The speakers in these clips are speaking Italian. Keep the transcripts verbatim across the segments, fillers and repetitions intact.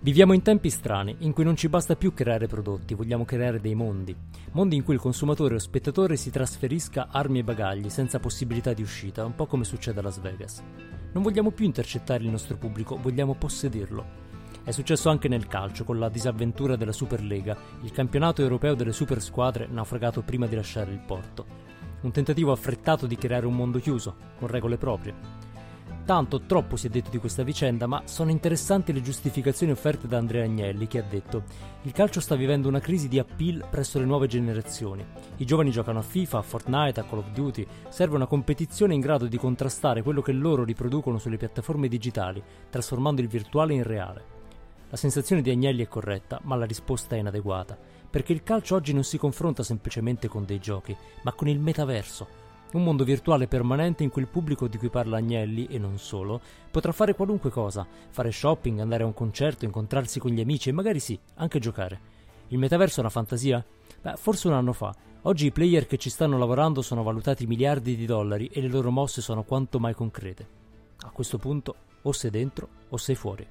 Viviamo in tempi strani, in cui non ci basta più creare prodotti, vogliamo creare dei mondi. Mondi in cui il consumatore o spettatore si trasferisca armi e bagagli senza possibilità di uscita, un po' come succede a Las Vegas. Non vogliamo più intercettare il nostro pubblico, vogliamo possederlo. È successo anche nel calcio, con la disavventura della Superlega, il campionato europeo delle super squadre naufragato prima di lasciare il porto. Un tentativo affrettato di creare un mondo chiuso, con regole proprie. Tanto, troppo si è detto di questa vicenda, ma sono interessanti le giustificazioni offerte da Andrea Agnelli, che ha detto: il calcio sta vivendo una crisi di appeal presso le nuove generazioni. I giovani giocano a FIFA, a Fortnite, a Call of Duty. Serve una competizione in grado di contrastare quello che loro riproducono sulle piattaforme digitali, trasformando il virtuale in reale. La sensazione di Agnelli è corretta, ma la risposta è inadeguata, perché il calcio oggi non si confronta semplicemente con dei giochi, ma con il metaverso. Un mondo virtuale permanente in cui il pubblico di cui parla Agnelli, e non solo, potrà fare qualunque cosa, fare shopping, andare a un concerto, incontrarsi con gli amici e magari sì, anche giocare. Il metaverso è una fantasia? Beh, forse un anno fa. Oggi i player che ci stanno lavorando sono valutati miliardi di dollari e le loro mosse sono quanto mai concrete. A questo punto, o sei dentro o sei fuori.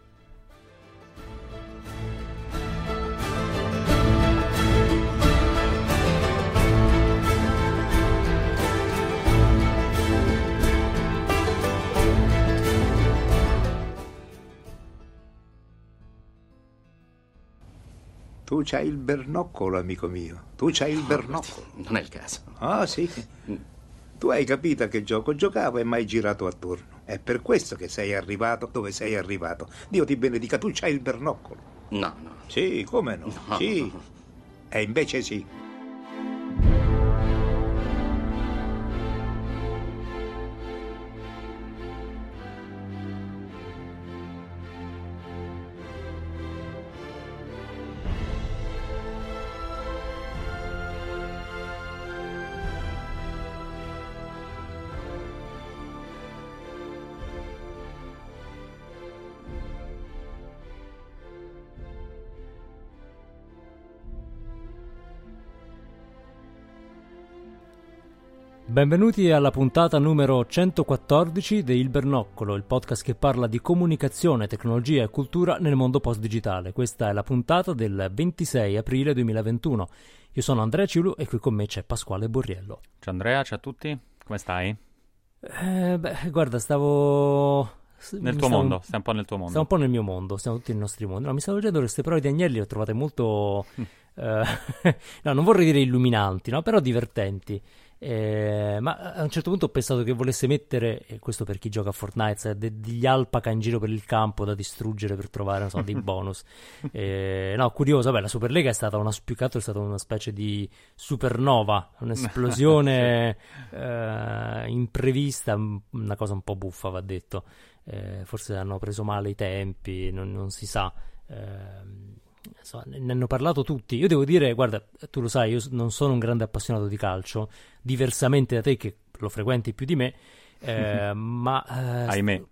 Tu c'hai il bernoccolo, amico mio. Tu c'hai il bernoccolo. Non è il caso. Ah, sì. Tu hai capito a che gioco giocavo e mai girato attorno. È per questo che sei arrivato dove sei arrivato. Dio ti benedica, tu c'hai il bernoccolo. No, no. Sì, come no? No. Sì. E invece sì. Benvenuti alla puntata numero centoquattordici di Il Bernoccolo, il podcast che parla di comunicazione, tecnologia e cultura nel mondo post-digitale. Questa è la puntata del ventisei aprile duemilaventuno. Io sono Andrea Ciulu e qui con me c'è Pasquale Borriello. Ciao Andrea, ciao a tutti, come stai? Eh, beh, guarda, stavo... Nel tuo stavo... mondo, stai un po' nel tuo mondo. Stiamo un po' nel mio mondo, stiamo tutti nei nostri mondi. No, mi stavo dicendo che queste prove di Agnelli le ho trovate molto... eh, no, non vorrei dire illuminanti, no? Però divertenti. Eh, ma a un certo punto ho pensato che volesse mettere, e questo per chi gioca a Fortnite, de- degli alpaca in giro per il campo da distruggere per trovare, non so, dei bonus. Eh, no, curioso, vabbè, la Superlega è stata una spiccata, è stata una specie di supernova, un'esplosione sì. eh, imprevista, una cosa un po' buffa, va detto. Eh, forse hanno preso male i tempi, non, non si sa. Eh, So, ne hanno parlato tutti. Io devo dire, guarda, tu lo sai, io non sono un grande appassionato di calcio, diversamente da te che lo frequenti più di me, eh, ma eh, ahimè,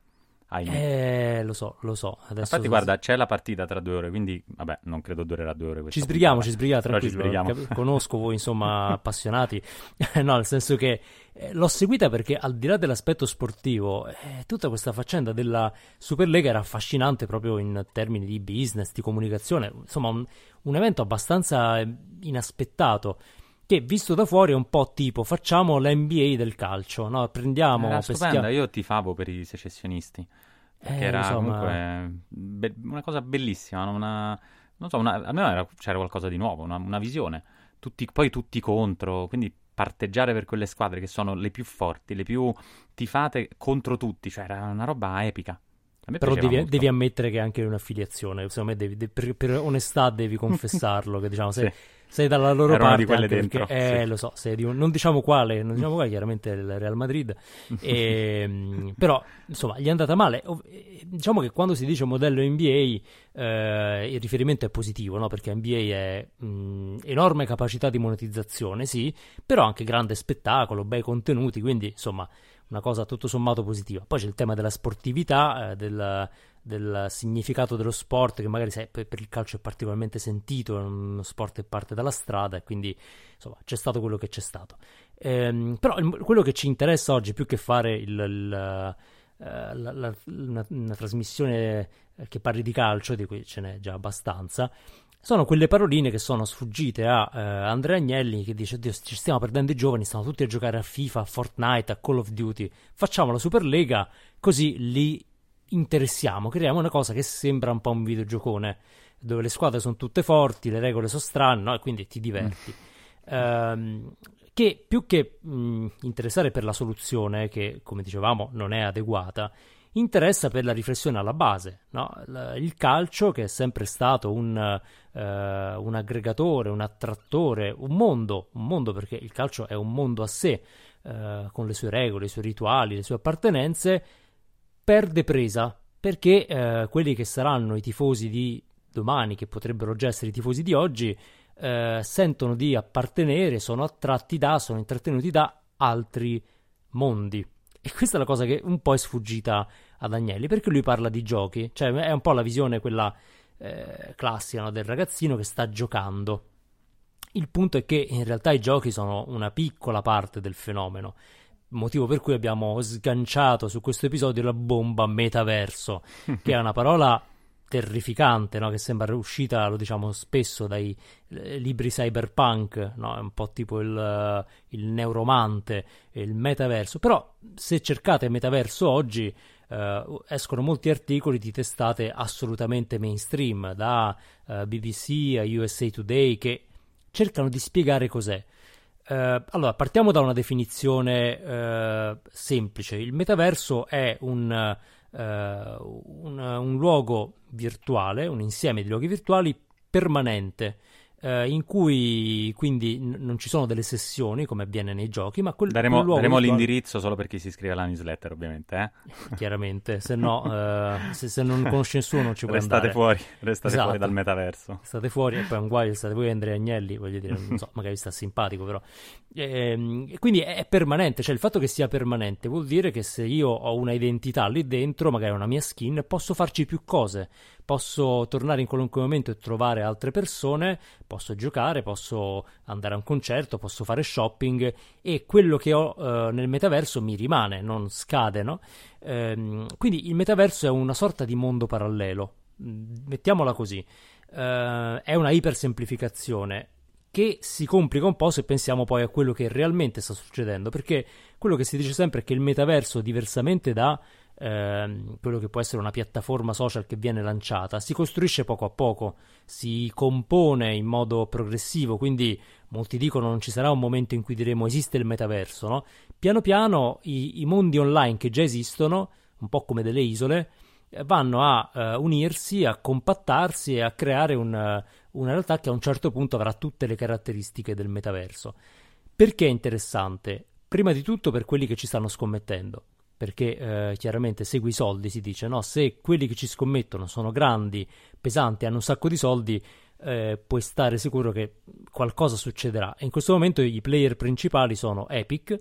ahimè. Eh, lo so, lo so. Adesso Infatti, guarda, c'è la partita tra due ore, quindi vabbè, non credo durerà due ore. Ci sbrighiamo, puntata. ci sbrighiamo, Però tranquillo. Ci sbrighiamo. Conosco voi, insomma, appassionati. No, nel senso che eh, l'ho seguita perché al di là dell'aspetto sportivo, eh, tutta questa faccenda della Superlega era affascinante proprio in termini di business, di comunicazione. Insomma, un, un evento abbastanza inaspettato, che visto da fuori è un po' tipo facciamo l'N B A del calcio, no? Prendiamo, era peschiamo... stupenda, io tifavo per i secessionisti, perché Eh, era lo so, comunque ma- be- una cosa bellissima, una, non so, una, a me era, c'era qualcosa di nuovo, una, una visione, tutti, poi tutti contro, quindi parteggiare per quelle squadre che sono le più forti, le più tifate contro tutti, cioè era una roba epica. A me Però piaceva devi, molto. devi ammettere che è anche un'affiliazione, secondo me devi, de- per, per onestà devi confessarlo, che diciamo sei, Sì. sei dalla loro Era una parte di quelle anche dentro, perché, eh sì. lo so, sei di un- non diciamo quale, non diciamo quale, chiaramente il Real Madrid, e, però insomma gli è andata male. Ov- eh, diciamo che quando si dice modello N B A eh, il riferimento è positivo, no? Perché N B A è mh, enorme capacità di monetizzazione, sì, però anche grande spettacolo, bei contenuti, quindi insomma una cosa tutto sommato positiva. Poi c'è il tema della sportività, eh, del, del significato dello sport, che magari sai, per, per il calcio è particolarmente sentito, è uno sport che parte dalla strada e quindi insomma c'è stato quello che c'è stato. Ehm, però il- quello che ci interessa oggi, più che fare il, il, uh, la, la, una, una trasmissione che parli di calcio, di cui ce n'è già abbastanza, sono quelle paroline che sono sfuggite a uh, Andrea Agnelli, che dice: Dio, ci stiamo perdendo i giovani, stanno tutti a giocare a FIFA, a Fortnite, a Call of Duty, facciamo la Superlega, così li interessiamo, creiamo una cosa che sembra un po' un videogiocone, dove le squadre sono tutte forti, le regole sono strane, no? E quindi ti diverti. Mm. Um, che più che mh, interessare per la soluzione, che come dicevamo non è adeguata, interessa per la riflessione alla base, no? L- il calcio, che è sempre stato un, uh, un aggregatore, un attrattore, un mondo, un mondo perché il calcio è un mondo a sé, uh, con le sue regole, i suoi rituali, le sue appartenenze, perde presa, perché uh, quelli che saranno i tifosi di domani, che potrebbero già essere i tifosi di oggi, uh, sentono di appartenere, sono attratti da, sono intrattenuti da altri mondi. E questa è la cosa che un po' è sfuggita ad Agnelli, perché lui parla di giochi, cioè è un po' la visione quella eh, classica, no, del ragazzino che sta giocando. Il punto è che in realtà i giochi sono una piccola parte del fenomeno, motivo per cui abbiamo sganciato su questo episodio la bomba metaverso, che è una parola terrificante, no? Che sembra uscita, lo diciamo spesso, dai eh, libri cyberpunk, no? È un po' tipo il, uh, il neuromante, il metaverso. Però se cercate metaverso oggi uh, escono molti articoli di testate assolutamente mainstream, da uh, B B C a U S A Today, che cercano di spiegare cos'è. Uh, allora, partiamo da una definizione uh, semplice. Il metaverso è un... Uh, un, un luogo virtuale, un insieme di luoghi virtuali permanente, uh, in cui quindi n- non ci sono delle sessioni come avviene nei giochi, ma quel, daremo, quel luogo daremo virtuale... l'indirizzo solo per chi si iscrive alla newsletter, ovviamente, eh? Chiaramente, se no uh, se, se non conosce nessuno non ci può restate andare. fuori, restate Esatto. fuori dal metaverso, state fuori, e poi è un guaio, state voi Andrea Agnelli, voglio dire, non so, magari sta simpatico, però e, e quindi è permanente, cioè il fatto che sia permanente vuol dire che se io ho una identità lì dentro, magari una mia skin, posso farci più cose, posso tornare in qualunque momento e trovare altre persone, posso giocare, posso andare a un concerto, posso fare shopping, e quello che ho uh, nel metaverso mi rimane, non scade, no? Ehm, quindi il metaverso è una sorta di mondo parallelo, mettiamola così. Uh, è una ipersemplificazione che si complica un po' se pensiamo poi a quello che realmente sta succedendo, perché quello che si dice sempre è che il metaverso, diversamente da Uh, quello che può essere una piattaforma social che viene lanciata, si costruisce poco a poco, si compone in modo progressivo, quindi molti dicono non ci sarà un momento in cui diremo esiste il metaverso, no? Piano piano i, i mondi online che già esistono, un po' come delle isole, vanno a uh, unirsi, a compattarsi e a creare un, uh, una realtà che a un certo punto avrà tutte le caratteristiche del metaverso. Perché è interessante? Prima di tutto per quelli che ci stanno scommettendo, perché eh, chiaramente segui i soldi, si dice, no? Se quelli che ci scommettono sono grandi, pesanti, hanno un sacco di soldi, eh, puoi stare sicuro che qualcosa succederà. E in questo momento i player principali sono Epic,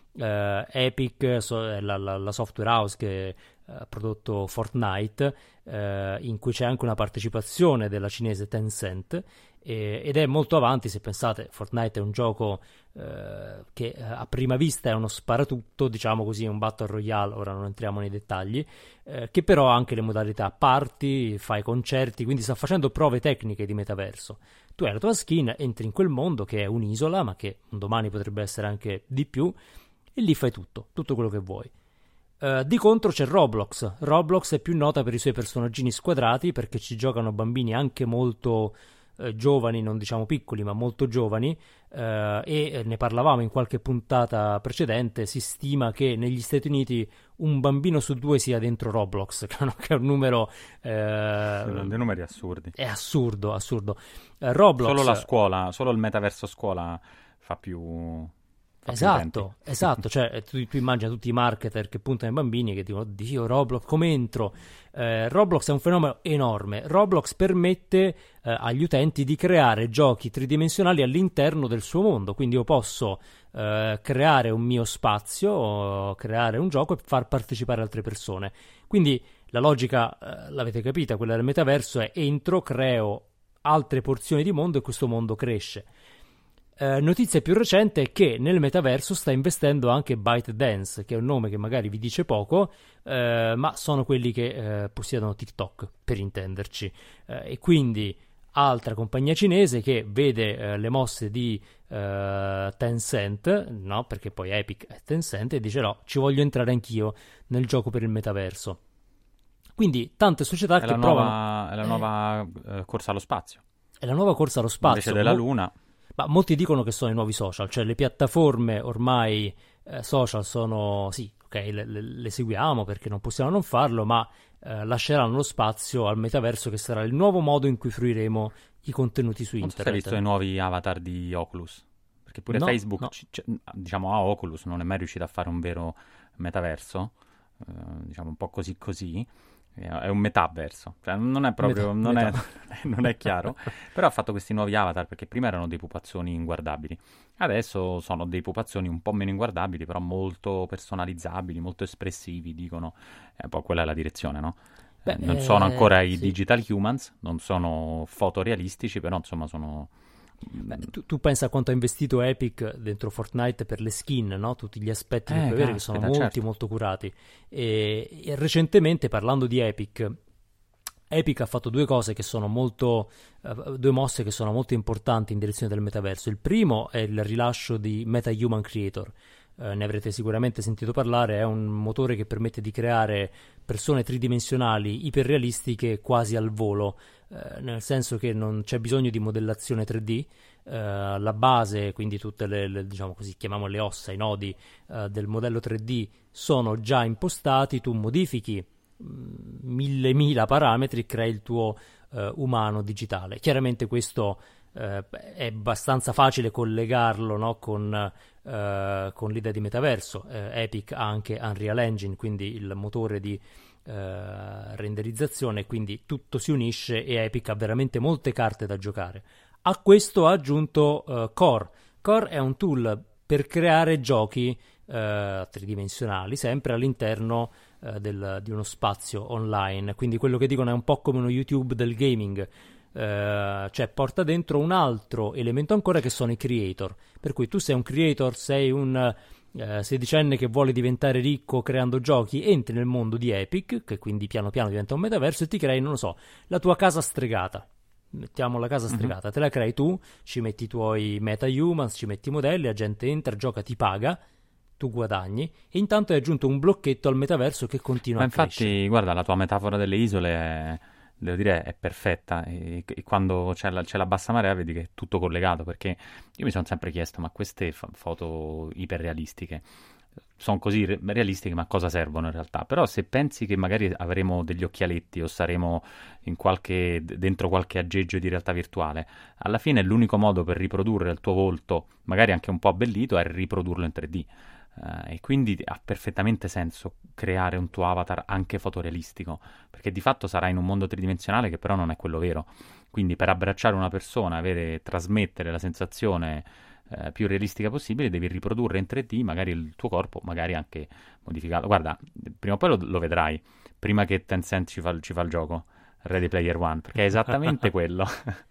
eh, Epic so, è la, la, la software house che ha prodotto Fortnite, eh, in cui c'è anche una partecipazione della cinese Tencent, eh, ed è molto avanti. Se pensate, Fortnite è un gioco eh, che a prima vista è uno sparatutto, diciamo così, un battle royale, ora non entriamo nei dettagli, eh, che però ha anche le modalità party, fai concerti, quindi sta facendo prove tecniche di metaverso. Tu hai la tua skin, entri in quel mondo che è un'isola, ma che un domani potrebbe essere anche di più, e lì fai tutto, tutto quello che vuoi. Uh, di contro c'è Roblox. Roblox è più nota per i suoi personaggini squadrati, perché ci giocano bambini anche molto uh, giovani, non diciamo piccoli, ma molto giovani, uh, e ne parlavamo in qualche puntata precedente. Si stima che negli Stati Uniti un bambino su due sia dentro Roblox, che è un numero uh, dei numeri assurdi. È assurdo, assurdo. Uh, Roblox, solo la scuola, solo il metaverso scuola fa più... Esatto, esatto, cioè tu, tu immagina tutti i marketer che puntano ai bambini che dicono oddio Roblox, come entro? Eh, Roblox è un fenomeno enorme. Roblox permette eh, agli utenti di creare giochi tridimensionali all'interno del suo mondo, quindi io posso eh, creare un mio spazio, creare un gioco e far partecipare altre persone. Quindi la logica, eh, l'avete capita, quella del metaverso è entro, creo altre porzioni di mondo e questo mondo cresce. Eh, notizia più recente è che nel metaverso sta investendo anche ByteDance, che è un nome che magari vi dice poco, eh, ma sono quelli che eh, possiedono TikTok, per intenderci. Eh, e quindi altra compagnia cinese che vede eh, le mosse di eh, Tencent, no? Perché poi Epic è Tencent, e dice no, ci voglio entrare anch'io nel gioco per il metaverso. Quindi tante società è che la provano... nuova, è la nuova eh, corsa allo spazio. È la nuova corsa allo spazio. Invece della Luna... Ma molti dicono che sono i nuovi social, cioè le piattaforme ormai eh, social sono, sì, ok, le, le, le seguiamo perché non possiamo non farlo, ma eh, lasceranno lo spazio al metaverso, che sarà il nuovo modo in cui fruiremo i contenuti su Non so internet. se hai visto i nuovi avatar di Oculus, perché pure No, Facebook, no. c- c- diciamo a Oculus, non è mai riuscito a fare un vero metaverso, eh, diciamo un po' così così. È un metaverso, cioè non è proprio, Metà, non, metà. È, non è chiaro, però ha fatto questi nuovi avatar, perché prima erano dei pupazzoni inguardabili, adesso sono dei pupazzoni un po' meno inguardabili, però molto personalizzabili, molto espressivi, dicono, e poi quella è la direzione, no? Beh, Eh, non sono ancora eh, i sì. digital humans, non sono fotorealistici, però insomma sono... Beh, tu, tu pensa a quanto ha investito Epic dentro Fortnite per le skin, no? Tutti gli aspetti che Eh, puoi avere, che sono caspita, molti certo. molto curati. E, e recentemente, parlando di Epic, Epic ha fatto due cose che sono molto, uh, due mosse che sono molto importanti in direzione del metaverso. Il primo è il rilascio di MetaHuman Creator. Uh, ne avrete sicuramente sentito parlare, è un motore che permette di creare persone tridimensionali iperrealistiche quasi al volo, uh, nel senso che non c'è bisogno di modellazione tre D. Uh, la base, quindi tutte le, le diciamo così, chiamiamole le ossa, i nodi uh, del modello tre D sono già impostati, tu modifichi mille mila parametri, crei il tuo uh, umano digitale. Chiaramente questo uh, è abbastanza facile collegarlo, no, con, uh, con l'idea di metaverso. uh, Epic ha anche Unreal Engine, quindi il motore di uh, renderizzazione, quindi tutto si unisce e Epic ha veramente molte carte da giocare. A questo ha aggiunto uh, Core. Core è un tool per creare giochi uh, tridimensionali, sempre all'interno Del, di uno spazio online, quindi quello che dicono è un po' come uno YouTube del gaming, eh, cioè porta dentro un altro elemento ancora, che sono i creator, per cui tu sei un creator, sei un eh, sedicenne che vuole diventare ricco creando giochi, entri nel mondo di Epic, che quindi piano piano diventa un metaverso, e ti crei, non lo so, la tua casa stregata. Mettiamo la casa stregata, mm-hmm. Te la crei tu, ci metti i tuoi metahumans, ci metti i modelli, la gente entra, gioca, ti paga, tu guadagni, e intanto hai aggiunto un blocchetto al metaverso che continua Ma a infatti, crescere. guarda, la tua metafora delle isole è, devo dire, è perfetta, e, e quando c'è la, c'è la bassa marea vedi che è tutto collegato, perché io mi sono sempre chiesto, ma queste fa- foto iperrealistiche sono così re- realistiche, ma a cosa servono in realtà? Però se pensi che magari avremo degli occhialetti o saremo in qualche, dentro qualche aggeggio di realtà virtuale, alla fine l'unico modo per riprodurre il tuo volto, magari anche un po' abbellito, è riprodurlo in tre D. Uh, e quindi ha perfettamente senso creare un tuo avatar anche fotorealistico, perché di fatto sarà in un mondo tridimensionale che però non è quello vero. Quindi per abbracciare una persona, avere, trasmettere la sensazione uh, più realistica possibile, devi riprodurre in tre D magari il tuo corpo, magari anche modificato. Guarda, prima o poi lo, lo vedrai, prima che Tencent ci fa, ci fa il gioco Ready Player One, perché è esattamente quello.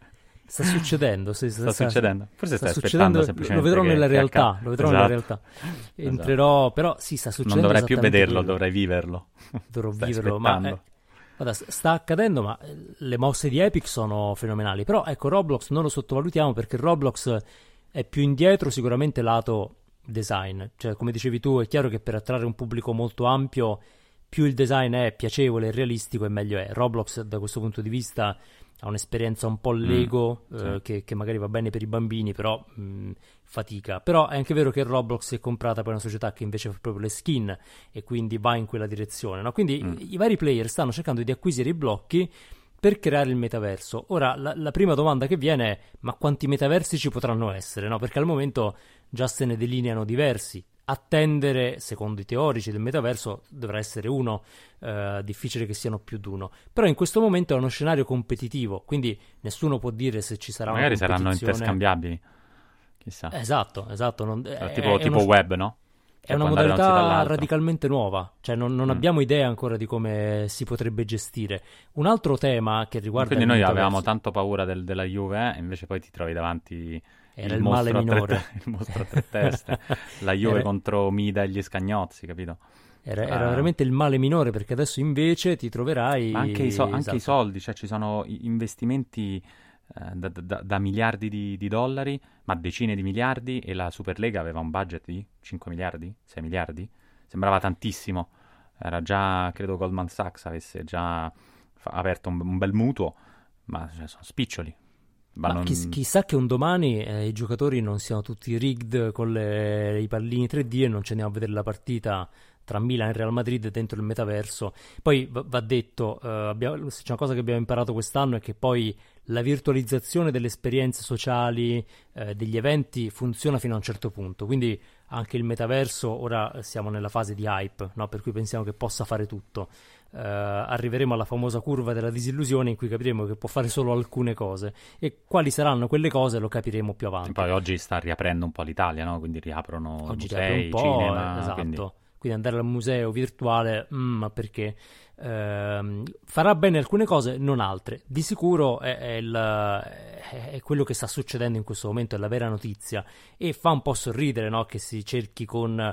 Sta succedendo, sì, sta, sta succedendo. Forse sta stai succedendo, aspettando semplicemente lo vedrò che, nella che realtà, accada. lo vedrò Esatto. nella realtà. Entrerò, Esatto. però sì, sta succedendo. Non dovrai più vederlo, quello. dovrai viverlo. Dovrò Stai viverlo, ma eh, guarda, sta accadendo, ma le mosse di Epic sono fenomenali. Però ecco, Roblox non lo sottovalutiamo, perché Roblox è più indietro sicuramente lato design. Cioè, come dicevi tu, è chiaro che per attrarre un pubblico molto ampio, più il design è piacevole e realistico e meglio è. Roblox da questo punto di vista ha un'esperienza un po' Lego, mm, eh, sì. che, che magari va bene per i bambini, però mh, fatica. Però è anche vero che Roblox è comprata per una società che invece fa proprio le skin e quindi va in quella direzione, no? Quindi mm. i vari player stanno cercando di acquisire i blocchi per creare il metaverso. Ora, la, la prima domanda che viene è: ma quanti metaversi ci potranno essere? No? Perché al momento già se ne delineano diversi. Attendere, secondo i teorici del metaverso, dovrà essere uno, eh, difficile che siano più di uno. Però in questo momento è uno scenario competitivo, quindi nessuno può dire se ci sarà magari una competizione. Saranno interscambiabili, chissà. Esatto, esatto. Non, è, tipo è tipo uno, web, no? È una modalità radicalmente nuova, cioè non, non mm. abbiamo idea ancora di come si potrebbe gestire. Un altro tema che riguarda... Quindi noi avevamo tanto paura del, della Juve, eh, invece poi ti trovi davanti era il, il male minore. Tre, il mostro a tre teste, la Juve era... contro Mida e gli Scagnozzi, capito? Era, era uh, veramente il male minore, perché adesso invece ti troverai... Ma anche i, so- anche esatto. i soldi, cioè ci sono investimenti eh, da, da, da miliardi di, di dollari, ma decine di miliardi, e la Superlega aveva un budget di cinque miliardi, sei miliardi? Sembrava tantissimo. Era già, credo Goldman Sachs avesse già fa- aperto un, un bel mutuo, ma cioè, sono spiccioli. Ma chiss- chissà che un domani eh, i giocatori non siano tutti rigged con le, i pallini tre D e non ci andiamo a vedere la partita tra Milan e Real Madrid dentro il metaverso. Poi va, va detto, eh, abbiamo, c'è una cosa che abbiamo imparato quest'anno, è che poi la virtualizzazione delle esperienze sociali, eh, degli eventi, funziona fino a un certo punto. Quindi anche il metaverso, ora siamo nella fase di hype, no? Per cui pensiamo che possa fare tutto. Uh, arriveremo alla famosa curva della disillusione, in cui capiremo che può fare solo alcune cose, e quali saranno quelle cose lo capiremo più avanti. E poi oggi sta riaprendo un po' l'Italia, no? Quindi riaprono oggi musei, un po', cinema, esatto. Quindi... quindi andare al museo virtuale, mm, ma perché? Uh, farà bene alcune cose, non altre. Di sicuro è, è, il, è quello che sta succedendo in questo momento, è la vera notizia, e fa un po' sorridere, no? Che si cerchi con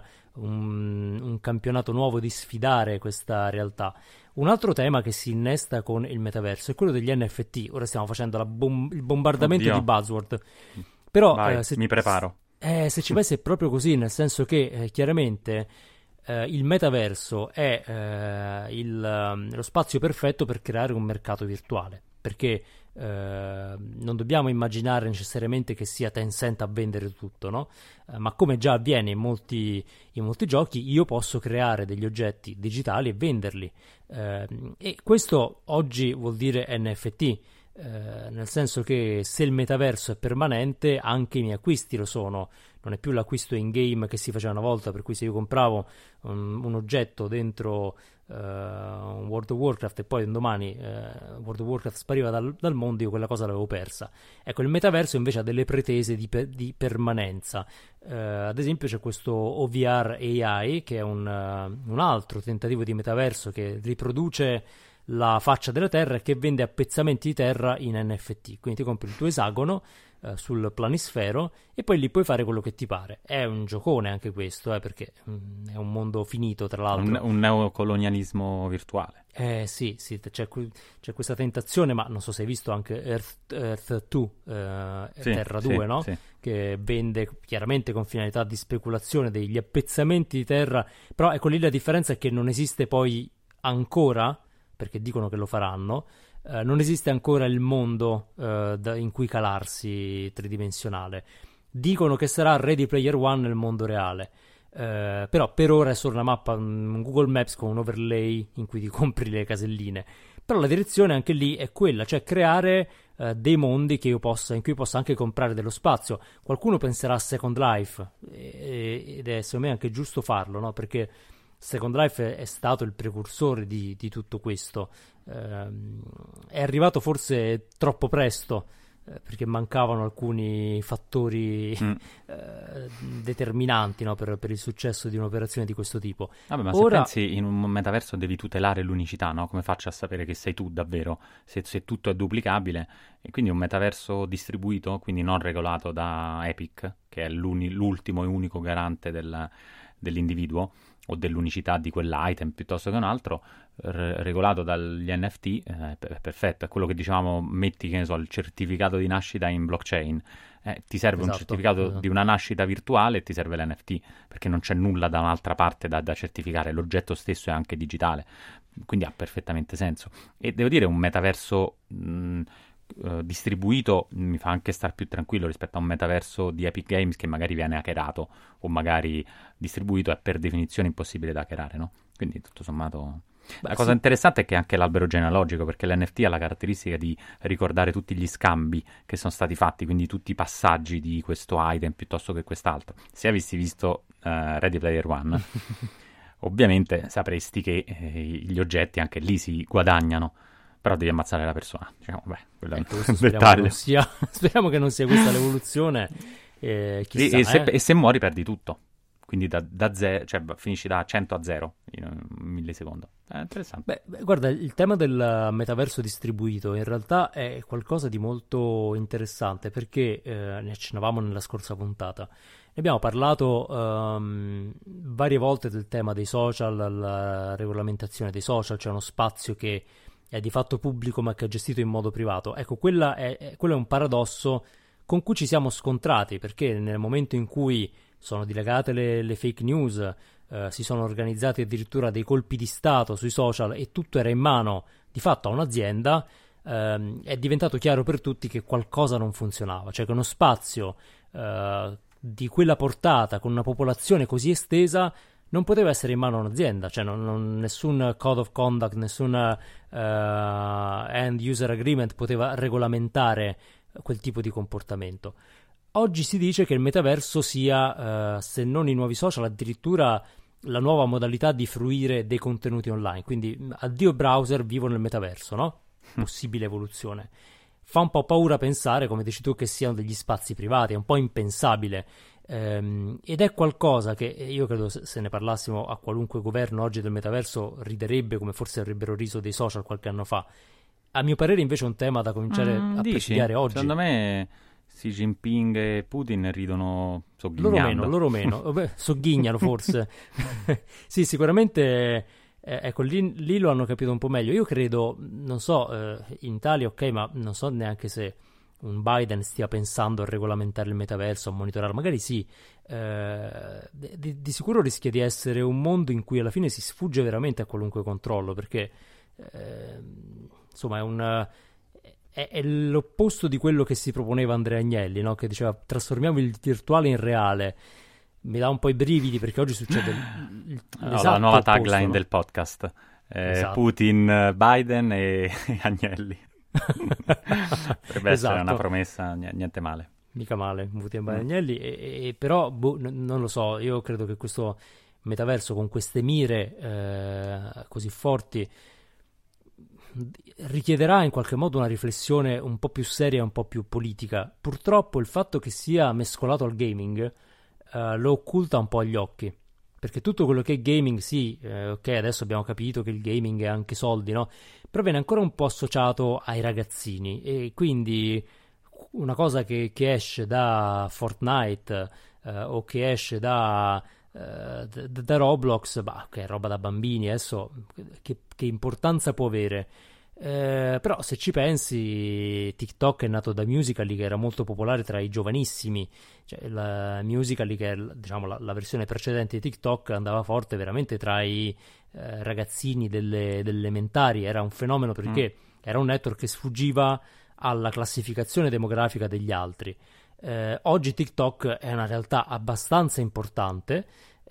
un, un campionato nuovo di sfidare questa realtà. Un altro tema che si innesta con il metaverso è quello degli N F T. Ora stiamo facendo la bom- il bombardamento Oddio. di buzzword, però Vai, eh, se, mi preparo. Eh, se ci pensi è proprio così, nel senso che eh, chiaramente eh, il metaverso è eh, il, lo spazio perfetto per creare un mercato virtuale, perché eh, non dobbiamo immaginare necessariamente che sia Tencent a vendere tutto, no? Eh, ma come già avviene in molti, in molti giochi, io posso creare degli oggetti digitali e venderli, eh, e questo oggi vuol dire N F T. Eh, nel senso che se il metaverso è permanente, anche i miei acquisti lo sono. Non è più l'acquisto in game che si faceva una volta, per cui se io compravo un, un oggetto dentro uh, un World of Warcraft e poi un domani uh, World of Warcraft spariva dal, dal mondo, io quella cosa l'avevo persa. Ecco, il metaverso invece ha delle pretese di, per, di permanenza. Uh, ad esempio c'è questo O V R A I, che è un, uh, un altro tentativo di metaverso che riproduce la faccia della terra e che vende appezzamenti di terra in N F T. Quindi ti compri il tuo esagono eh, sul planisfero e poi lì puoi fare quello che ti pare. È un giocone anche questo, eh, perché mh, è un mondo finito, tra l'altro. Un, un neocolonialismo virtuale. Eh sì, sì, c'è, c'è questa tentazione, ma non so se hai visto anche Earth, Earth due, eh, sì, Terra due, sì, no? Sì. Che vende chiaramente con finalità di speculazione degli appezzamenti di terra, però ecco lì la differenza è che non esiste poi ancora, perché dicono che lo faranno, eh, non esiste ancora il mondo eh, da, in cui calarsi tridimensionale. Dicono che sarà Ready Player One nel mondo reale, eh, però per ora è solo una mappa, un Google Maps con un overlay in cui ti compri le caselline. Però la direzione anche lì è quella, cioè creare eh, dei mondi che io possa, in cui possa anche comprare dello spazio. Qualcuno penserà a Second Life, e, ed è secondo me anche giusto farlo, no? Perché Second Life è stato il precursore di, di tutto questo. Eh, è arrivato forse troppo presto, eh, perché mancavano alcuni fattori mm. eh, determinanti, no, per, per il successo di un'operazione di questo tipo. Vabbè, ma Ora... se pensi in un metaverso devi tutelare l'unicità, no? Come faccio a sapere che sei tu davvero, se, se tutto è duplicabile? E quindi un metaverso distribuito, quindi non regolato da Epic, che è l'ultimo e unico garante del, dell'individuo o dell'unicità di quell'item piuttosto che un altro, r- regolato dagli N F T, eh, è perfetto. È quello che dicevamo, metti, che ne so, il certificato di nascita in blockchain, eh, ti serve esatto, un certificato esatto. di una nascita virtuale e ti serve l'N F T, perché non c'è nulla da un'altra parte da, da certificare, l'oggetto stesso è anche digitale, quindi ha perfettamente senso. E devo dire, un metaverso mh, Uh, distribuito mi fa anche star più tranquillo rispetto a un metaverso di Epic Games che magari viene hackerato, o magari distribuito è per definizione impossibile da hackerare, no? Quindi tutto sommato... Beh, la cosa sì. interessante è che anche l'albero genealogico, perché l'N F T ha la caratteristica di ricordare tutti gli scambi che sono stati fatti, quindi tutti i passaggi di questo item piuttosto che quest'altro. Se avessi visto uh, Ready Player One ovviamente sapresti che eh, gli oggetti anche lì si guadagnano, però devi ammazzare la persona. Diciamo, beh, quello ecco, è un dettaglio. Che sia, speriamo che non sia questa l'evoluzione. Eh, chissà, e, e, se, eh. e se muori perdi tutto. quindi da, da zero, cioè finisci da cento a zero in un millisecondo. È interessante. Beh, guarda, il tema del metaverso distribuito in realtà è qualcosa di molto interessante perché eh, ne accennavamo nella scorsa puntata. Ne abbiamo parlato um, varie volte del tema dei social, la regolamentazione dei social, cioè uno spazio che è di fatto pubblico ma che è gestito in modo privato. Ecco, quella è, è, quello è un paradosso con cui ci siamo scontrati, perché nel momento in cui sono dilagate le, le fake news, eh, si sono organizzati addirittura dei colpi di stato sui social e tutto era in mano di fatto a un'azienda, ehm, è diventato chiaro per tutti che qualcosa non funzionava, cioè che uno spazio eh, di quella portata, con una popolazione così estesa, non poteva essere in mano a un'azienda, cioè non, non, nessun code of conduct, nessun uh, end user agreement poteva regolamentare quel tipo di comportamento. Oggi si dice che il metaverso sia, uh, se non i nuovi social, addirittura la nuova modalità di fruire dei contenuti online. Quindi addio browser, vivo nel metaverso, no? Possibile evoluzione. Fa un po' paura pensare, come dici tu, che siano degli spazi privati, è un po' impensabile. Ehm, ed è qualcosa che io credo, se, se ne parlassimo a qualunque governo oggi del metaverso, riderebbe come forse avrebbero riso dei social qualche anno fa. A mio parere invece è un tema da cominciare mm, a dici? presidiare oggi. Secondo me Xi Jinping e Putin ridono loro meno, loro meno. Beh, sogghignano forse. Sì, sicuramente eh, ecco, lì, lì lo hanno capito un po' meglio. Io credo, non so, eh, in Italia ok, ma non so neanche se un Biden stia pensando a regolamentare il metaverso, a monitorarlo, magari sì, eh, di, di sicuro rischia di essere un mondo in cui alla fine si sfugge veramente a qualunque controllo, perché eh, insomma è un è, è l'opposto di quello che si proponeva Andrea Agnelli, no? Che diceva trasformiamo il virtuale in reale. Mi dà un po' i brividi perché oggi succede il, il, no, l'esatto la nuova opposto, tagline no? del podcast, eh, Esatto. Putin, Biden e, e Agnelli. Potrebbe Esatto. essere una promessa, niente male. Mica male, Putin e Agnelli, e, e però boh, n- non lo so, io credo che questo metaverso con queste mire eh, così forti richiederà in qualche modo una riflessione un po' più seria e un po' più politica. Purtroppo il fatto che sia mescolato al gaming eh, lo occulta un po' agli occhi, perché tutto quello che è gaming, sì, eh, ok, adesso abbiamo capito che il gaming è anche soldi, no? Però viene ancora un po' associato ai ragazzini, e quindi una cosa che, che esce da Fortnite eh, o che esce da, eh, da, da Roblox, bah, che è roba da bambini, adesso che, che importanza può avere? Eh, però se ci pensi, TikTok è nato da Musical.ly, che era molto popolare tra i giovanissimi, cioè la Musical.ly, che è diciamo la, la versione precedente di TikTok, andava forte veramente tra i eh, ragazzini delle, delle elementari, era un fenomeno perché mm. era un network che sfuggiva alla classificazione demografica degli altri. Eh, oggi TikTok è una realtà abbastanza importante,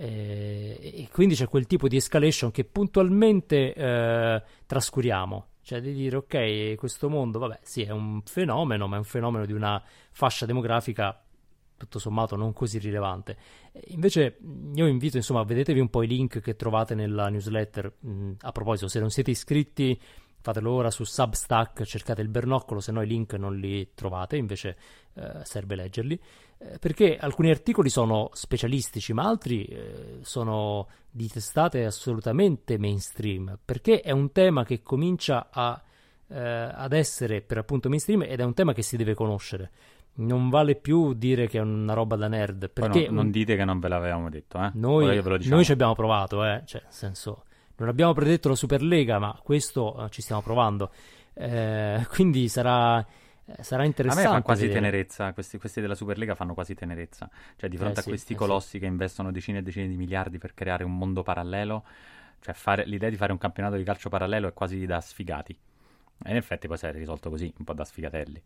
eh, e quindi c'è quel tipo di escalation che puntualmente eh, trascuriamo. Cioè di dire, ok, questo mondo, vabbè, sì, è un fenomeno, ma è un fenomeno di una fascia demografica tutto sommato non così rilevante. Invece io invito, insomma, vedetevi un po' i link che trovate nella newsletter. A proposito, se non siete iscritti, fatelo ora su Substack, cercate il Bernoccolo, se no i link non li trovate, invece eh, serve leggerli, eh, perché alcuni articoli sono specialistici, ma altri eh, sono di testate assolutamente mainstream, perché è un tema che comincia a, eh, ad essere per appunto mainstream, ed è un tema che si deve conoscere. Non vale più dire che è una roba da nerd, perché no, non dite che non ve l'avevamo detto, eh? Noi, ve lo diciamo. Noi ci abbiamo provato, eh? Cioè, nel senso, non abbiamo predetto la Superlega, ma questo uh, ci stiamo provando, eh, quindi sarà, eh, sarà interessante. A me fa quasi vedere. tenerezza, questi, questi della Superlega fanno quasi tenerezza, cioè di fronte eh a sì, questi eh colossi sì. che investono decine e decine di miliardi per creare un mondo parallelo, cioè fare, l'idea di fare un campionato di calcio parallelo è quasi da sfigati, e in effetti poi si è risolto così, un po' da sfigatelli.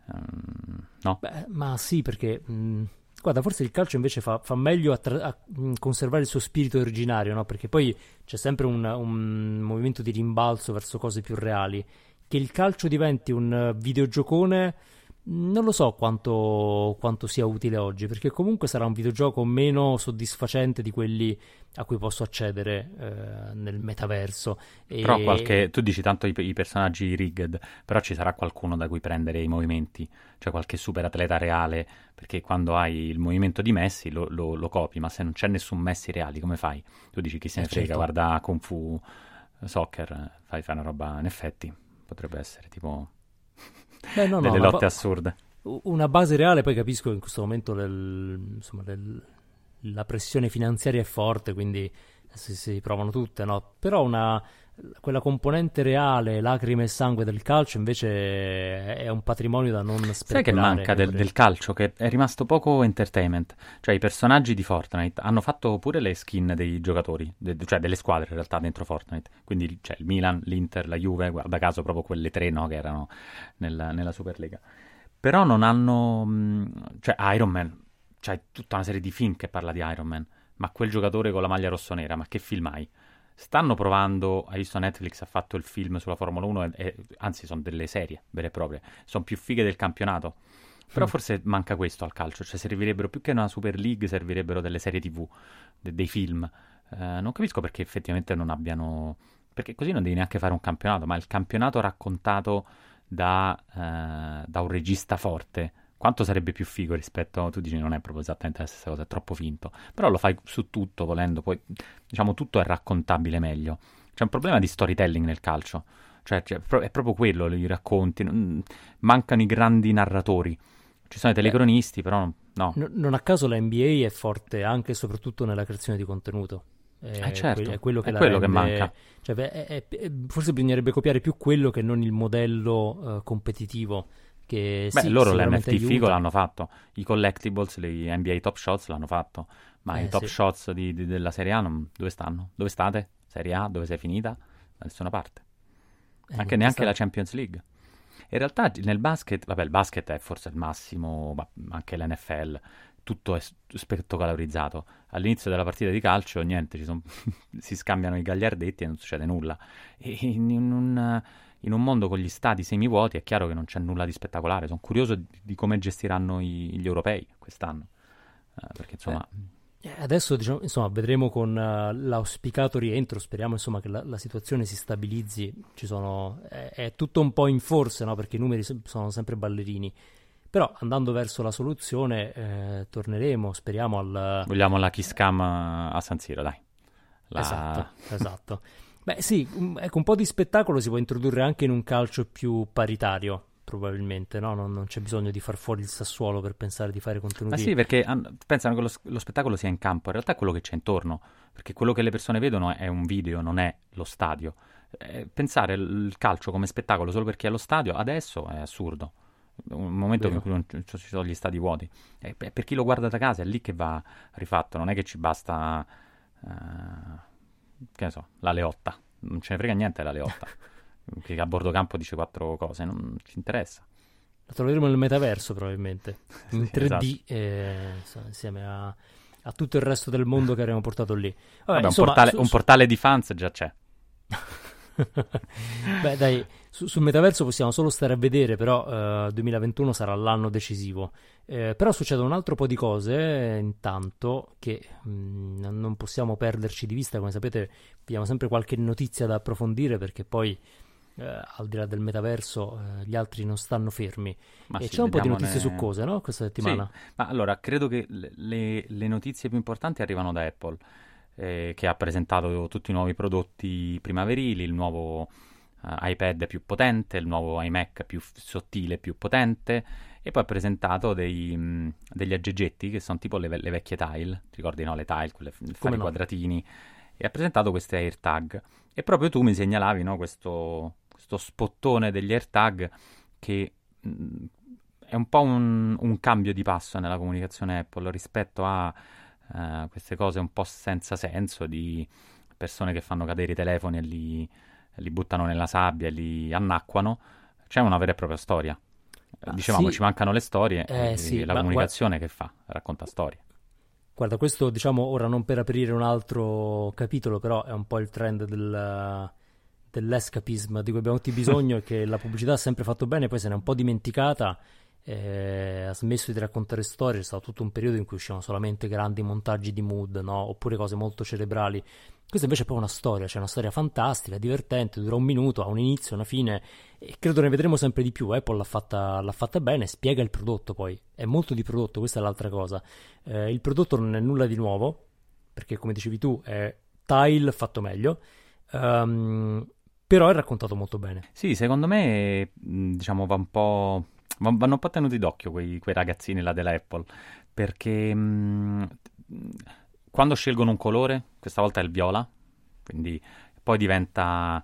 Um, no? Beh, ma sì, perché mh, guarda, forse il calcio invece fa, fa meglio a, tra- a mh, conservare il suo spirito originario, no? Perché poi c'è sempre un, un movimento di rimbalzo verso cose più reali. Che il calcio diventi un videogiocone Non lo so quanto, quanto sia utile oggi, perché comunque sarà un videogioco meno soddisfacente di quelli a cui posso accedere eh, nel metaverso. E... Però qualche, tu dici tanto i, i personaggi rigged, però ci sarà qualcuno da cui prendere i movimenti, cioè qualche super atleta reale, perché quando hai il movimento di Messi lo, lo, lo copi, ma se non c'è nessun Messi reali, come fai? Tu dici chi se ne Eh, frega, certo. guarda Kung Fu Soccer, fai, fai una roba, in effetti, potrebbe essere tipo Beh, no, no, delle una, lotte ba- assurde. una base reale, poi capisco che in questo momento del- insomma, del- la pressione finanziaria è forte, quindi si, si provano tutte, no? Però una, quella componente reale, lacrime e sangue del calcio invece è un patrimonio da non sperperare. Sai che manca io del, credo. del calcio? Che è rimasto poco entertainment. Cioè, i personaggi di Fortnite hanno fatto pure le skin dei giocatori, de- cioè delle squadre in realtà dentro Fortnite. Quindi c'è il Milan, l'Inter, la Juve, guarda caso proprio quelle tre, no, che erano nella, nella Superlega. Però non hanno... mh, cioè, Iron Man, c'è tutta una serie di film che parla di Iron Man, ma quel giocatore con la maglia rossonera, ma che film hai? Stanno provando, hai visto Netflix ha fatto il film sulla Formula uno, e, e- anzi sono delle serie vere e proprie, sono più fighe del campionato. Però Mm. forse manca questo al calcio, cioè servirebbero più che una Super League, servirebbero delle serie tivù, de- dei film. Eh, non capisco perché effettivamente non abbiano... Perché così non devi neanche fare un campionato, ma il campionato raccontato da, eh, da un regista forte, quanto sarebbe più figo rispetto... Tu dici non è proprio esattamente la stessa cosa, è troppo finto. Però lo fai su tutto, volendo, poi diciamo tutto è raccontabile meglio. C'è un problema di storytelling nel calcio, cioè, cioè, pro- è proprio quello, i racconti, non- mancano i grandi narratori. Ci sono i Beh, telecronisti, però no. no- non a caso la N B A è forte anche e soprattutto nella creazione di contenuto. Eh È, que- è certo, quello che è la quello che rende. manca. Cioè, beh, è- è- è- forse bisognerebbe copiare più quello che non il modello eh, competitivo. Che Beh, sì, loro sicuramente l'N F T figo aiuta. l'hanno fatto, i collectibles, le N B A Top Shots l'hanno fatto, ma i Eh Top sì. Shots di- di- della Serie A non- dove stanno? Dove state? Serie A, dove sei finita? Da nessuna parte. Eh, Anche niente, neanche sta... la Champions League. In realtà nel basket, vabbè, il basket è forse il massimo, ma anche l'N F L, tutto è s- spettacolarizzato. All'inizio della partita di calcio, niente, ci son- si scambiano i gagliardetti e non succede nulla. E in in un, in un mondo con gli stadi semivuoti è chiaro che non c'è nulla di spettacolare. Sono curioso di, di come gestiranno i- gli europei quest'anno. Eh, perché insomma, Eh, Adesso diciamo, insomma, vedremo con eh, l'auspicato rientro, speriamo insomma che la, la situazione si stabilizzi. Ci sono, è, è tutto un po' in forse, no? Perché i numeri se- sono sempre ballerini. Però andando verso la soluzione eh, torneremo, speriamo al... vogliamo la Kiss Cam a San Siro, dai. La... Esatto, esatto. Beh sì, un- ecco, un po' di spettacolo si può introdurre anche in un calcio più paritario, probabilmente, no? Non, non c'è bisogno di far fuori il Sassuolo per pensare di fare Ma contenuti... sì, perché han- pensano che lo, s- lo spettacolo sia in campo, in realtà è quello che c'è intorno, perché quello che le persone vedono è un video, non è lo stadio. Eh, pensare il il calcio come spettacolo solo perché è allo stadio adesso è assurdo. Un momento in Vero. cui non c- ci sono gli stadi vuoti. E per per chi lo guarda da casa è lì che va rifatto, non è che ci basta, eh, che ne so, la Leotta. Non ce ne frega niente della Leotta, che a bordo campo dice quattro cose, non ci interessa. Lo troveremo nel metaverso probabilmente, in Sì, tre D, esatto. eh, so- insieme a, a tutto il resto del mondo che avremo portato lì. Vabbè, Vabbè, un insomma, portale, su- un su- portale di fans già c'è. Beh, dai, su- sul metaverso possiamo solo stare a vedere, però eh, duemilaventuno sarà l'anno decisivo. Eh, però succede un altro po' di cose eh, intanto che mh, non non possiamo perderci di vista. Come sapete, abbiamo sempre qualche notizia da approfondire perché poi, eh, al di là del metaverso, eh, gli altri non stanno fermi. Ma E sì, c'è un po' di vediamone... notizie su cose, no? Questa Sì, settimana. ma allora credo che le, le- le notizie più importanti arrivano da Apple, eh, che ha presentato tutti i nuovi prodotti primaverili, il nuovo eh, iPad più potente, il nuovo iMac più f- sottile, più potente, e poi ha presentato dei, mh, degli aggeggetti che sono tipo le, ve- le vecchie tile, ti ricordi, no? Le tile, quelle f- fare Come i no? quadratini, e ha presentato queste AirTag. E proprio tu mi segnalavi, no? Questo, questo spottone degli AirTag che mh, è un po' un, un cambio di passo nella comunicazione Apple rispetto a eh, queste cose un po' senza senso di persone che fanno cadere i telefoni e li, li buttano nella sabbia e li annacquano. C'è una vera e propria storia. Eh, Ah, Dicevamo, sì, ci mancano le storie eh, e, sì, e la ma gua- comunicazione che fa? Racconta storie. guarda, questo diciamo ora non per aprire un altro capitolo, però è un po' il trend del, dell'escapism di cui abbiamo tutti bisogno e che la pubblicità ha sempre fatto bene, poi se n'è un po' dimenticata eh, ha smesso di raccontare storie, c'è stato tutto un periodo in cui uscivano solamente grandi montaggi di mood, no? Oppure cose molto cerebrali. Questa invece è proprio una storia, cioè una storia fantastica, divertente, dura un minuto, ha un inizio, una fine, e credo ne vedremo sempre di più. Apple l'ha fatta, l'ha fatta bene, spiega il prodotto poi, è molto di prodotto, questa è l'altra cosa. Eh, il prodotto non è nulla di nuovo, perché come dicevi tu è Tile fatto meglio, um, però è raccontato molto bene. Sì, secondo me, diciamo, va un po'... vanno un po' tenuti d'occhio quei, quei ragazzini là della Apple, perché... Mh, quando scelgono un colore, questa volta è il viola, quindi poi diventa,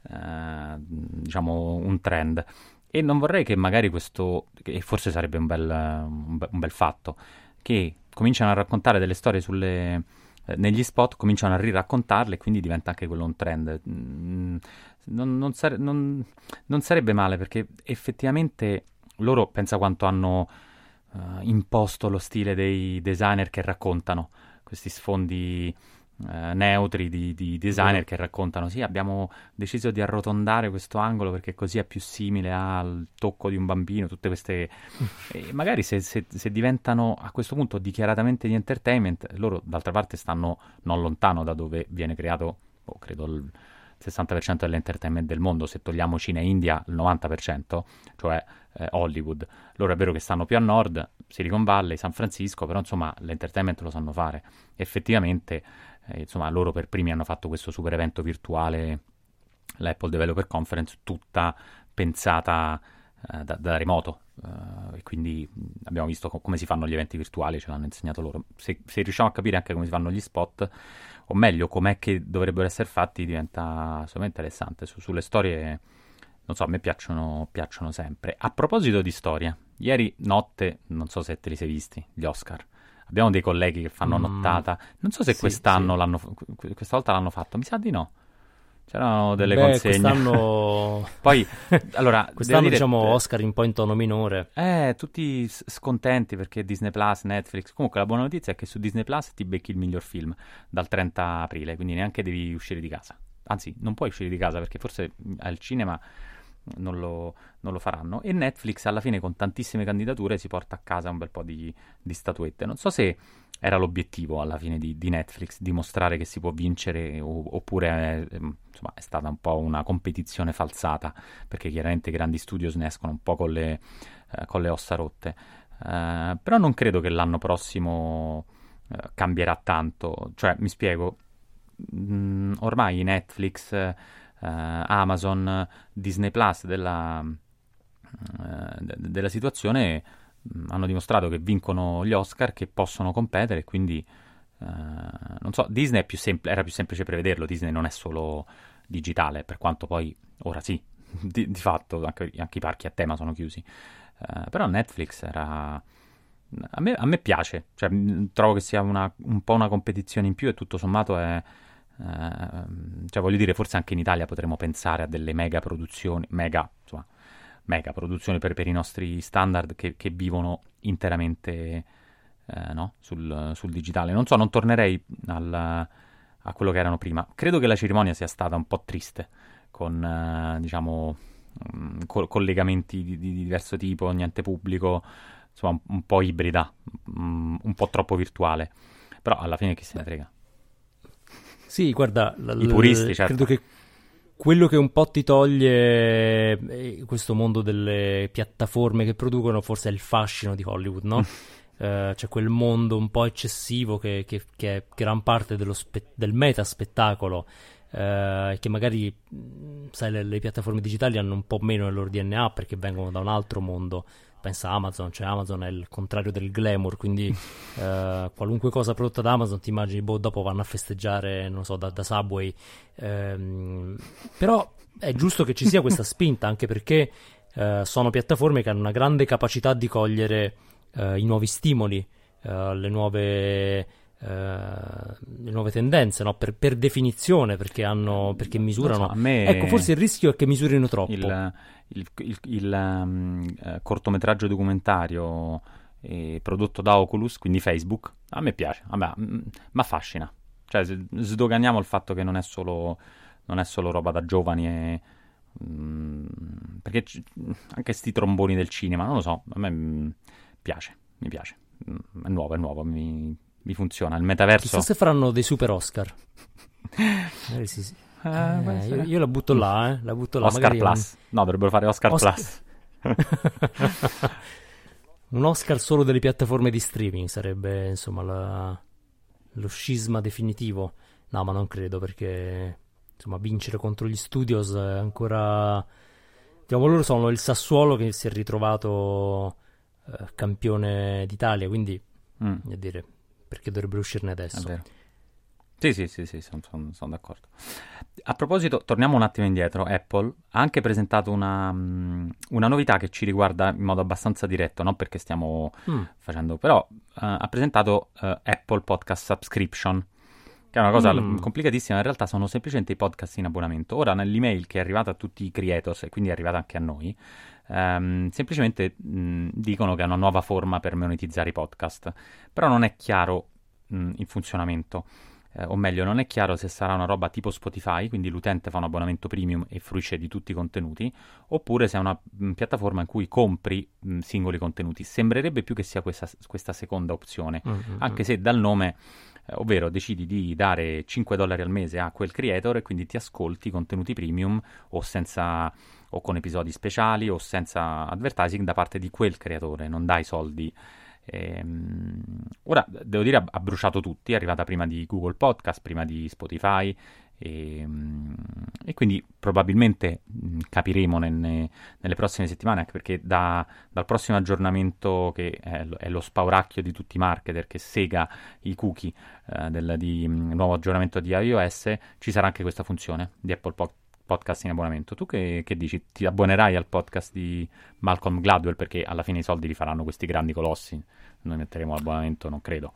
eh, diciamo, un trend. E non vorrei che magari questo, e forse sarebbe un bel, un bel, un bel fatto, che cominciano a raccontare delle storie sulle, eh, negli spot, cominciano a riraccontarle e quindi diventa anche quello un trend. Mm, non, non, sare, non, non sarebbe male, perché effettivamente loro pensa quanto hanno uh, imposto lo stile dei designer che raccontano, questi sfondi eh, neutri di, di designer che raccontano sì, abbiamo deciso di arrotondare questo angolo perché così è più simile al tocco di un bambino, tutte queste e magari se, se, se diventano a questo punto dichiaratamente di entertainment, loro d'altra parte stanno non lontano da dove viene creato, oh, credo il sessanta per cento dell'entertainment del mondo, se togliamo Cina e India il novanta per cento, cioè eh, Hollywood. Loro è vero che stanno più a nord, Silicon Valley, San Francisco, però insomma l'entertainment lo sanno fare. Effettivamente, eh, insomma, loro per primi hanno fatto questo super evento virtuale, l'Apple Developer Conference, tutta pensata eh, da, da remoto. Uh, e quindi abbiamo visto co- come si fanno gli eventi virtuali, ce l'hanno insegnato loro. Se, se riusciamo a capire anche come si fanno gli spot, o meglio, com'è che dovrebbero essere fatti, diventa assolutamente interessante. Su, sulle storie, non so, a me piacciono, piacciono sempre. A proposito di storia, ieri notte, non so se te li sei visti, gli Oscar. Abbiamo dei colleghi che fanno mm, nottata. Non so se sì, quest'anno sì. l'hanno, questa volta l'hanno fatto, mi sa di no. C'erano delle Beh, consegne. Quest'anno... Poi, allora, quest'anno dire... diciamo Oscar un po' in tono minore. Eh, tutti scontenti perché Disney Plus, Netflix. Comunque la buona notizia è che su Disney Plus ti becchi il miglior film dal trenta aprile, quindi neanche devi uscire di casa. Anzi, non puoi uscire di casa perché forse al cinema non lo, non lo faranno. E Netflix alla fine con tantissime candidature si porta a casa un bel po' di, di statuette. Non so se era l'obiettivo alla fine di, di Netflix, dimostrare che si può vincere o, oppure eh, insomma è stata un po' una competizione falsata, perché chiaramente i grandi studios ne escono un po' con le, eh, con le ossa rotte. Uh, però non credo che l'anno prossimo uh, cambierà tanto. Cioè, mi spiego, mm, ormai Netflix, uh, Amazon, Disney Plus della, uh, de- della situazione hanno dimostrato che vincono gli Oscar, che possono competere, quindi uh, non so, Disney è più sempl- era più semplice prevederlo. Disney non è solo digitale, per quanto poi ora sì, di, di fatto anche, anche i parchi a tema sono chiusi, uh, però Netflix era a me, a me piace, cioè, trovo che sia una, un po' una competizione in più e tutto sommato è uh, cioè voglio dire, forse anche in Italia potremmo pensare a delle mega produzioni mega, insomma mega produzioni per, per i nostri standard che, che vivono interamente eh, no? sul, sul digitale. Non so, non tornerei al, a quello che erano prima. Credo che la cerimonia sia stata un po' triste, con eh, diciamo mh, co- collegamenti di, di diverso tipo, niente pubblico, insomma un, un po' ibrida, mh, un po' troppo virtuale. Però alla fine chi se ne frega. Sì, guarda, l- i puristi, certo. Credo che quello che un po' ti toglie eh, questo mondo delle piattaforme che producono forse è il fascino di Hollywood, no? Uh, c'è quel mondo un po' eccessivo che, che, che è gran parte dello spe- del meta spettacolo, uh, che magari, sai, le, le piattaforme digitali hanno un po' meno nel loro D N A perché vengono da un altro mondo. Pensa a Amazon, cioè Amazon è il contrario del glamour, quindi uh, qualunque cosa prodotta da Amazon ti immagini, boh, dopo vanno a festeggiare, non so, da, da Subway. Um, però è giusto che ci sia questa spinta, anche perché uh, sono piattaforme che hanno una grande capacità di cogliere uh, i nuovi stimoli, uh, le nuove... Uh, le nuove tendenze, no? per, per definizione, perché hanno perché misurano. So, a me ecco, forse il rischio è che misurino troppo. Il, il, il, il um, uh, cortometraggio documentario eh, prodotto da Oculus, quindi Facebook, a me piace, a me mi affascina. Cioè, sdoganiamo il fatto che non è solo non è solo roba da giovani e Mm, perché c- anche sti tromboni del cinema, non lo so, a me mm, piace, mi piace. Mm, è nuovo, è nuovo, mi, mi funziona. Il metaverso... Chissà se faranno dei super Oscar. Eh, sì, sì. Eh, Eh, io, io la butto là, eh. La butto là. Oscar Magari Plus. un... No, dovrebbero fare Oscar, Oscar... Plus. Un Oscar solo delle piattaforme di streaming sarebbe, insomma, la... lo scisma definitivo. No, ma non credo, perché insomma vincere contro gli studios è ancora... Diciamo, loro sono il Sassuolo che si è ritrovato eh, campione d'Italia, quindi Mm, a dire, perché dovrebbero uscirne è adesso? vero. Sì, sì, sì, sì, sono, sono- sono d'accordo. A proposito, torniamo un attimo indietro. Apple ha anche presentato una, mm, una novità che ci riguarda in modo abbastanza diretto, non perché stiamo Mm. facendo, però eh, ha presentato eh, Apple Podcast Subscription, che è una cosa Mm. l- complicatissima. In realtà sono semplicemente i podcast in abbonamento. Ora, nell'email che è arrivata a tutti i creators e quindi è arrivata anche a noi, ehm, semplicemente mh, dicono che è una nuova forma per monetizzare i podcast, però non è chiaro mh, il funzionamento. Eh, o meglio, non è chiaro se sarà una roba tipo Spotify, quindi l'utente fa un abbonamento premium e fruisce di tutti i contenuti, oppure se è una mh, piattaforma in cui compri mh, singoli contenuti. Sembrerebbe più che sia questa, questa seconda opzione, Mm, mm, anche mm. se dal nome, eh, ovvero decidi di dare cinque dollari al mese a quel creator e quindi ti ascolti contenuti premium o senza o con episodi speciali o senza advertising da parte di quel creatore, non dai soldi. Ehm, ora, devo dire, ha, ha bruciato tutti, è arrivata prima di Google Podcast, prima di Spotify, e, e quindi probabilmente mh, capiremo nelle, nelle prossime settimane, anche perché da- dal prossimo aggiornamento, che è, lo- è lo spauracchio di tutti i marketer che sega i cookie eh, del di, mh, nuovo aggiornamento di iOS, ci sarà anche questa funzione di Apple Po- Podcast in abbonamento. Tu che, che dici? Ti abbonerai al podcast di Malcolm Gladwell, perché alla fine i soldi li faranno questi grandi colossi? Noi metteremo l'abbonamento, non credo.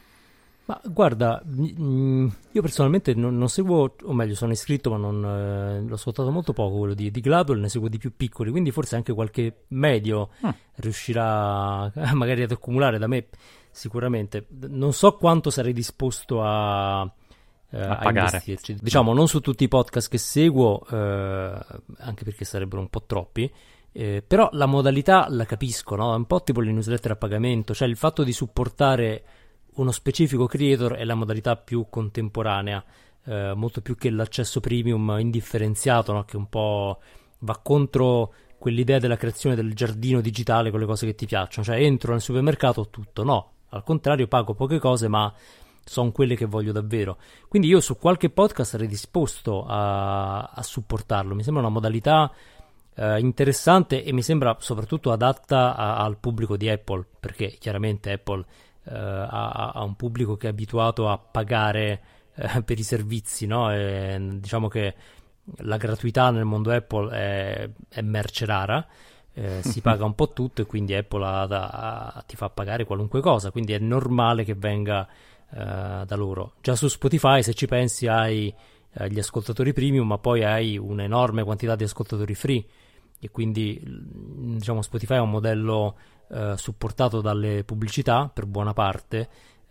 Ma guarda, mm, io personalmente non, non seguo, o meglio, sono iscritto, ma non eh, l'ho ascoltato molto poco quello di, di Gladwell, ne seguo di più piccoli, quindi forse anche qualche medio Mm. riuscirà magari ad accumulare da me, sicuramente. Non so quanto sarei disposto a, eh, A a pagare. investirci. Diciamo, non su tutti i podcast che seguo, eh, anche perché sarebbero un po' troppi. Eh, però la modalità la capisco, no? È un po' tipo le newsletter a pagamento, cioè il fatto di supportare uno specifico creator è la modalità più contemporanea, eh, molto più che l'accesso premium indifferenziato, no? Che un po' va contro quell'idea della creazione del giardino digitale con le cose che ti piacciono, cioè entro nel supermercato tutto, no, al contrario pago poche cose ma sono quelle che voglio davvero, quindi io su qualche podcast sarei disposto a, a supportarlo, mi sembra una modalità eh, interessante e mi sembra soprattutto adatta a- al pubblico di Apple, perché chiaramente Apple eh, ha, ha un pubblico che è abituato a pagare eh, per i servizi, no? E, diciamo che la gratuità nel mondo Apple è, è merce rara, eh, si paga un po' tutto e quindi Apple ha da- ha- ti fa pagare qualunque cosa, quindi è normale che venga eh, da loro. Già su Spotify, se ci pensi, hai eh, gli ascoltatori premium, ma poi hai un'enorme quantità di ascoltatori free e quindi l- diciamo Spotify è un modello eh, supportato dalle pubblicità per buona parte,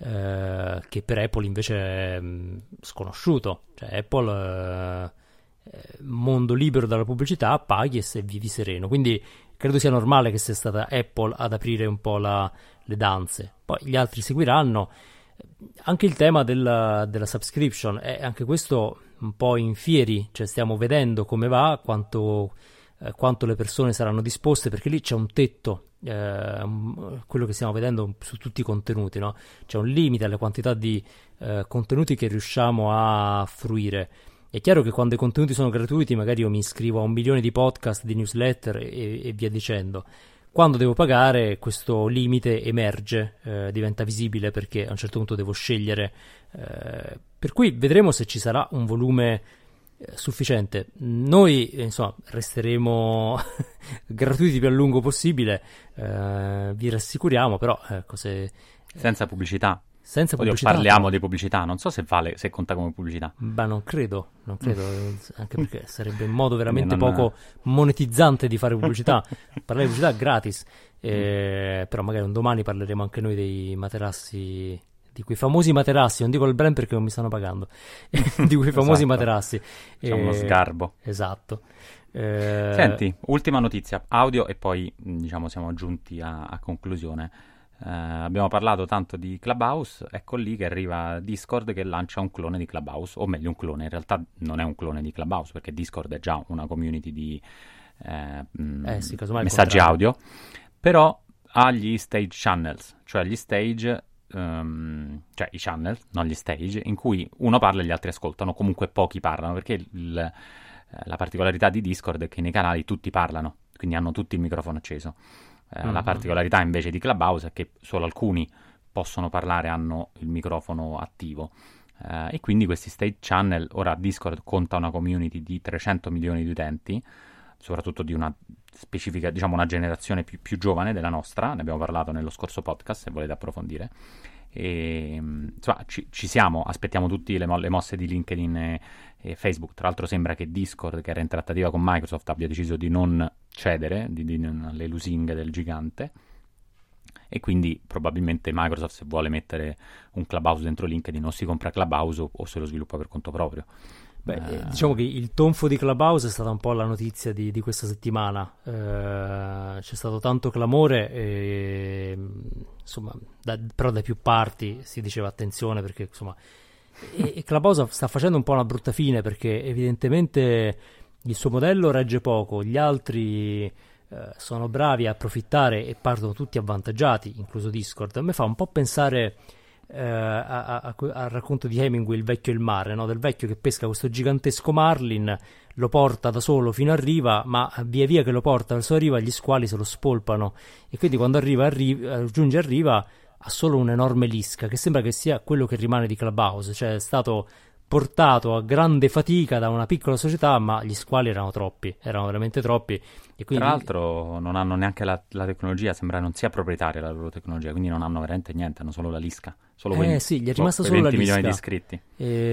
eh, che per Apple invece è mh, sconosciuto, cioè Apple eh, eh, mondo libero dalla pubblicità, paghi e se vivi sereno, quindi credo sia normale che sia stata Apple ad aprire un po' la- le danze, poi gli altri seguiranno. Anche il tema della, della subscription è anche questo un po' in fieri, cioè stiamo vedendo come va, quanto, eh, quanto le persone saranno disposte, perché lì c'è un tetto, eh, un- quello che stiamo vedendo su tutti i contenuti, no? C'è un limite alle quantità di eh, contenuti che riusciamo a fruire. È chiaro che quando i contenuti sono gratuiti magari io mi iscrivo a un milione di podcast, di newsletter e, e via dicendo. Quando devo pagare questo limite emerge, eh, diventa visibile perché a un certo punto devo scegliere. eh, per cui vedremo se ci sarà un volume eh, sufficiente. Noi, eh, insomma, resteremo gratuiti più a lungo possibile, eh, vi rassicuriamo, però ecco, se, Senza pubblicità. senza Oddio, pubblicità... parliamo di pubblicità, non so se vale, se conta come pubblicità. Beh, non credo, non credo, eh, anche perché sarebbe un modo veramente non- poco monetizzante di fare pubblicità, parlare di pubblicità gratis, eh, però magari un domani parleremo anche noi dei materassi, di quei famosi materassi, non dico il brand perché non mi stanno pagando, di quei famosi Esatto. materassi. C'è uno Eh, sgarbo. Esatto. Eh... Senti, ultima notizia, audio e poi diciamo siamo giunti a, a conclusione. Eh, abbiamo parlato tanto di Clubhouse, ecco lì che arriva Discord che lancia un clone di Clubhouse, o meglio un clone, in realtà non è un clone di Clubhouse perché Discord è già una community di eh, eh sì, messaggi audio, però ha gli stage channels, cioè gli stage, um, cioè i channel, non gli stage, in cui uno parla e gli altri ascoltano, comunque pochi parlano, perché il, la particolarità di Discord è che nei canali tutti parlano, quindi hanno tutti il microfono acceso. Eh, mm-hmm. La particolarità invece di Clubhouse è che solo alcuni possono parlare, hanno il microfono attivo. Eh, e quindi questi stage channel, ora Discord conta una community di trecento milioni di utenti, soprattutto di una specifica, diciamo una generazione più, più giovane della nostra, ne abbiamo parlato nello scorso podcast se volete approfondire. E, insomma, ci, ci siamo, aspettiamo tutti le, mo- le mosse di LinkedIn e, e Facebook. Tra l'altro sembra che Discord, che era in trattativa con Microsoft, abbia deciso di non cedere di, di, alle lusinghe del gigante, e quindi probabilmente Microsoft, se vuole mettere un Clubhouse dentro LinkedIn, o si compra Clubhouse o, o se lo sviluppa per conto proprio. Beh, eh, diciamo che il tonfo di Clubhouse è stata un po' la notizia di, di questa settimana. Eh, c'è stato tanto clamore e, insomma, da, però da più parti si diceva attenzione perché insomma e, e Clubhouse sta facendo un po' una brutta fine, perché evidentemente il suo modello regge poco, gli altri eh, sono bravi a approfittare e partono tutti avvantaggiati, incluso Discord. A me fa un po' pensare Uh, al racconto di Hemingway, Il vecchio e il mare, no? Del vecchio che pesca questo gigantesco marlin, lo porta da solo fino a riva, ma via via che lo porta verso la riva gli squali se lo spolpano, e quindi quando arriva, arriva giunge a riva ha solo un'enorme lisca, che sembra che sia quello che rimane di Clubhouse, cioè è stato portato a grande fatica da una piccola società, ma gli squali erano troppi, erano veramente troppi. E quindi... Tra l'altro non hanno neanche la, la tecnologia, sembra non sia proprietaria la loro tecnologia, quindi non hanno veramente niente, hanno solo la lisca. Solo eh quei, sì, gli è rimasta solo la lisca. venti milioni di iscritti.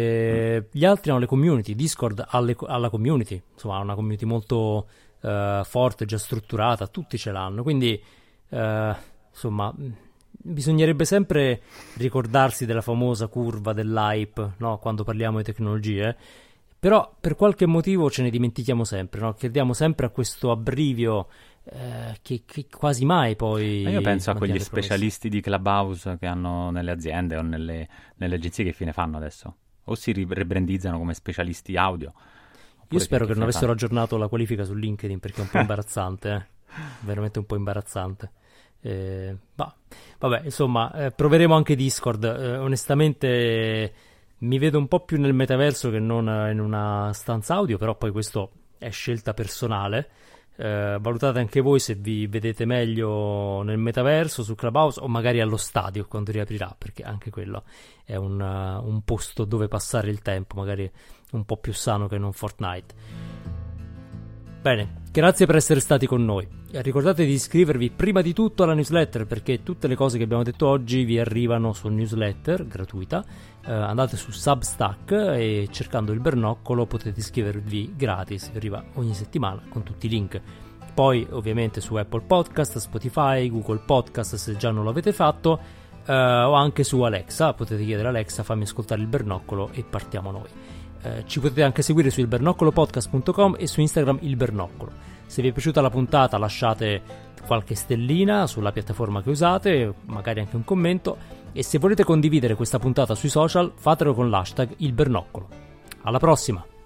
E mm. Gli altri hanno le community, Discord ha le, ha la community, insomma ha una community molto uh, forte, già strutturata, tutti ce l'hanno, quindi uh, insomma... bisognerebbe sempre ricordarsi della famosa curva dell'hype, no? Quando parliamo di tecnologie, però per qualche motivo ce ne dimentichiamo sempre, no? Chiediamo sempre a questo abbrivio eh, che, che quasi mai poi... Ma io penso a quegli specialisti di Clubhouse che hanno nelle aziende o nelle, nelle agenzie, che fine fanno adesso? O si ribrandizzano come specialisti audio? Io spero che, che non avessero fanno? aggiornato la qualifica su LinkedIn, perché è un po' imbarazzante, eh? Veramente un po' imbarazzante. Eh, bah, vabbè, insomma, eh, proveremo anche Discord. Eh, onestamente eh, mi vedo un po' più nel metaverso che non eh, in una stanza audio, però poi questo è scelta personale. Eh, valutate anche voi se vi vedete meglio nel metaverso, su Clubhouse, o magari allo stadio quando riaprirà, perché anche quello è un, uh, un posto dove passare il tempo, magari un po' più sano che non Fortnite. Bene, grazie per essere stati con noi. Ricordate di iscrivervi prima di tutto alla newsletter, perché tutte le cose che abbiamo detto oggi vi arrivano su newsletter gratuita. Eh, andate su Substack e cercando il Bernoccolo potete iscrivervi gratis, vi arriva ogni settimana con tutti i link. Poi ovviamente su Apple Podcast, Spotify, Google Podcast se già non l'avete fatto, eh, o anche su Alexa, potete chiedere a Alexa fammi ascoltare il Bernoccolo e partiamo noi. Eh, ci potete anche seguire su il bernoccolo podcast punto com e su Instagram il Bernoccolo. Se vi è piaciuta la puntata lasciate qualche stellina sulla piattaforma che usate, magari anche un commento, e se volete condividere questa puntata sui social fatelo con l'hashtag il Bernoccolo. Alla prossima!